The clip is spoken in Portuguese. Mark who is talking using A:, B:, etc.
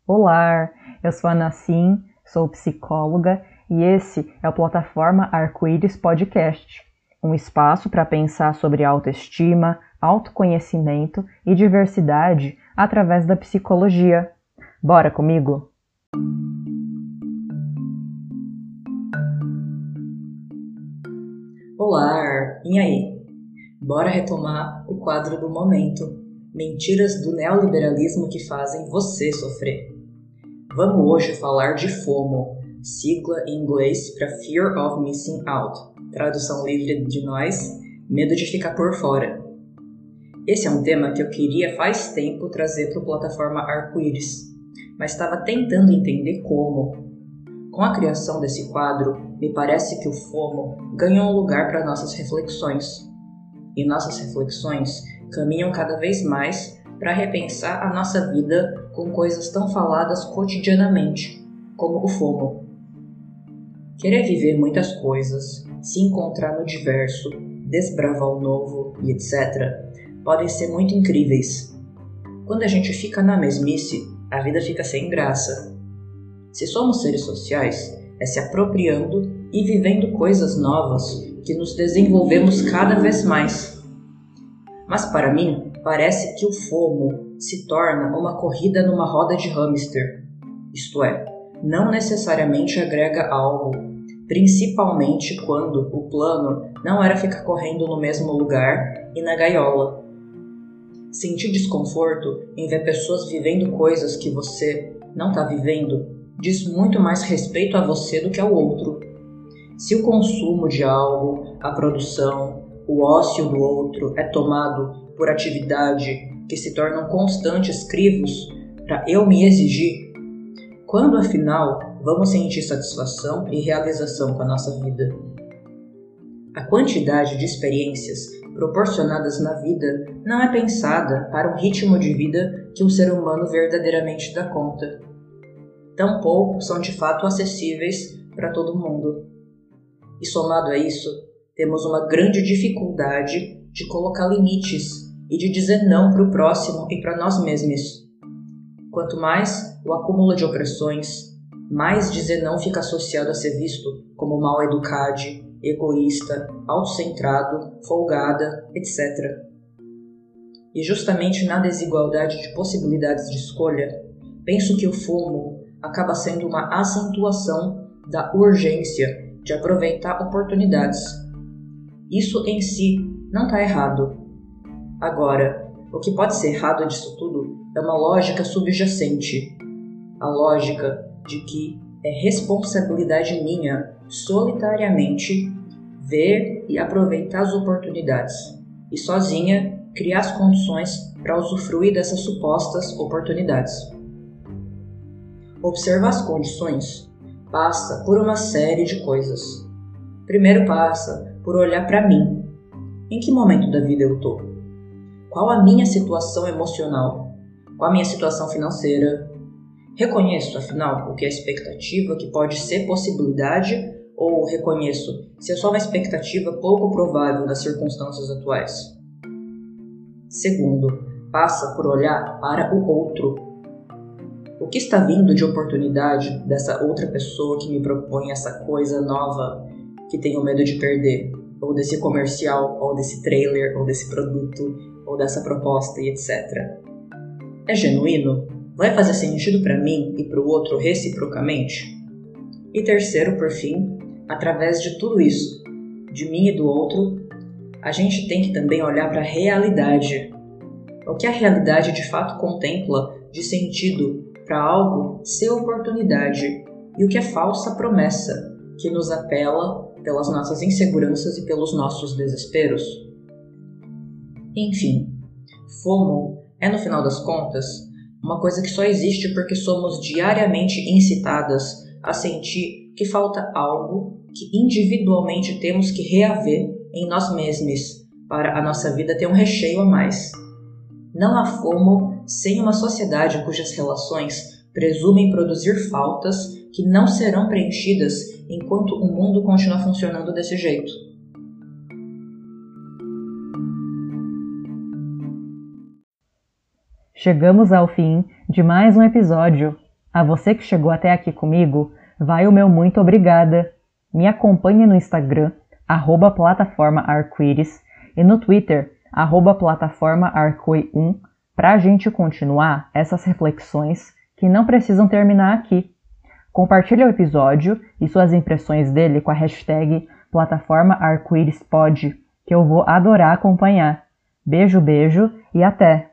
A: Olá, eu sou a Nassim, sou psicóloga e esse é o Plataforma Arco-Íris Podcast, um espaço para pensar sobre autoestima, autoconhecimento e diversidade através da psicologia. Bora comigo?
B: Olá, e aí? Bora retomar o quadro do momento. Mentiras do neoliberalismo que fazem você sofrer. Vamos hoje falar de FOMO, sigla em inglês para Fear of Missing Out, tradução livre de nós, medo de ficar por fora. Esse é um tema que eu queria faz tempo trazer para a plataforma Arco-Íris, mas estava tentando entender como. Com a criação desse quadro, me parece que o FOMO ganhou um lugar para nossas reflexões. E nossas reflexões caminham cada vez mais para repensar a nossa vida com coisas tão faladas cotidianamente, como o FOMO. Querer viver muitas coisas, se encontrar no diverso, desbravar o novo e etc., podem ser muito incríveis. Quando a gente fica na mesmice, a vida fica sem graça. Se somos seres sociais, é se apropriando e vivendo coisas novas que nos desenvolvemos cada vez mais. Mas para mim, parece que o FOMO se torna uma corrida numa roda de hamster. Isto é, não necessariamente agrega algo, principalmente quando o plano não era ficar correndo no mesmo lugar e na gaiola. Sentir desconforto em ver pessoas vivendo coisas que você não está vivendo diz muito mais respeito a você do que ao outro. Se o consumo de algo, a produção, o ócio do outro é tomado por atividade que se tornam constantes crivos para eu me exigir, quando afinal vamos sentir satisfação e realização com a nossa vida? A quantidade de experiências proporcionadas na vida não é pensada para um ritmo de vida que um ser humano verdadeiramente dá conta. Tampouco são de fato acessíveis para todo mundo. E somado a isso, temos uma grande dificuldade de colocar limites e de dizer não para o próximo e para nós mesmos. Quanto mais o acúmulo de opressões, mais dizer não fica associado a ser visto como mal educado, egoísta, autocentrado, folgada, etc. E justamente na desigualdade de possibilidades de escolha, penso que o FOMO acaba sendo uma acentuação da urgência de aproveitar oportunidades. Isso em si não está errado. Agora, o que pode ser errado disso tudo é uma lógica subjacente. A lógica de que é responsabilidade minha, solitariamente, ver e aproveitar as oportunidades. E sozinha, criar as condições para usufruir dessas supostas oportunidades. Observar as condições passa por uma série de coisas. Primeiro passa por olhar para mim. Em que momento da vida eu estou? Qual a minha situação emocional? Qual a minha situação financeira? Reconheço, afinal, o que é expectativa, que pode ser possibilidade, ou reconheço se é só uma expectativa pouco provável nas circunstâncias atuais? Segundo, passa por olhar para o outro. O que está vindo de oportunidade dessa outra pessoa que me propõe essa coisa nova que tenho medo de perder? Ou desse comercial, ou desse trailer, ou desse produto, ou dessa proposta e etc. É genuíno? Vai fazer sentido para mim e para o outro reciprocamente? E terceiro, por fim, através de tudo isso, de mim e do outro, a gente tem que também olhar para a realidade. O que a realidade de fato contempla de sentido para algo ser oportunidade e o que é falsa promessa, que nos apela pelas nossas inseguranças e pelos nossos desesperos. Enfim, FOMO é, no final das contas, uma coisa que só existe porque somos diariamente incitadas a sentir que falta algo que individualmente temos que reaver em nós mesmos para a nossa vida ter um recheio a mais. Não há FOMO sem uma sociedade cujas relações presumem produzir faltas que não serão preenchidas enquanto o mundo continuar funcionando desse jeito.
A: Chegamos ao fim de mais um episódio. A você que chegou até aqui comigo, vai o meu muito obrigada. Me acompanhe no Instagram, @plataforma-arco-íris, e no Twitter, @plataforma-arcoi1, para a gente continuar essas reflexões que não precisam terminar aqui. Compartilhe o episódio e suas impressões dele com a hashtag #plataforma-arco-íris-pod, que eu vou adorar acompanhar. Beijo, beijo e até!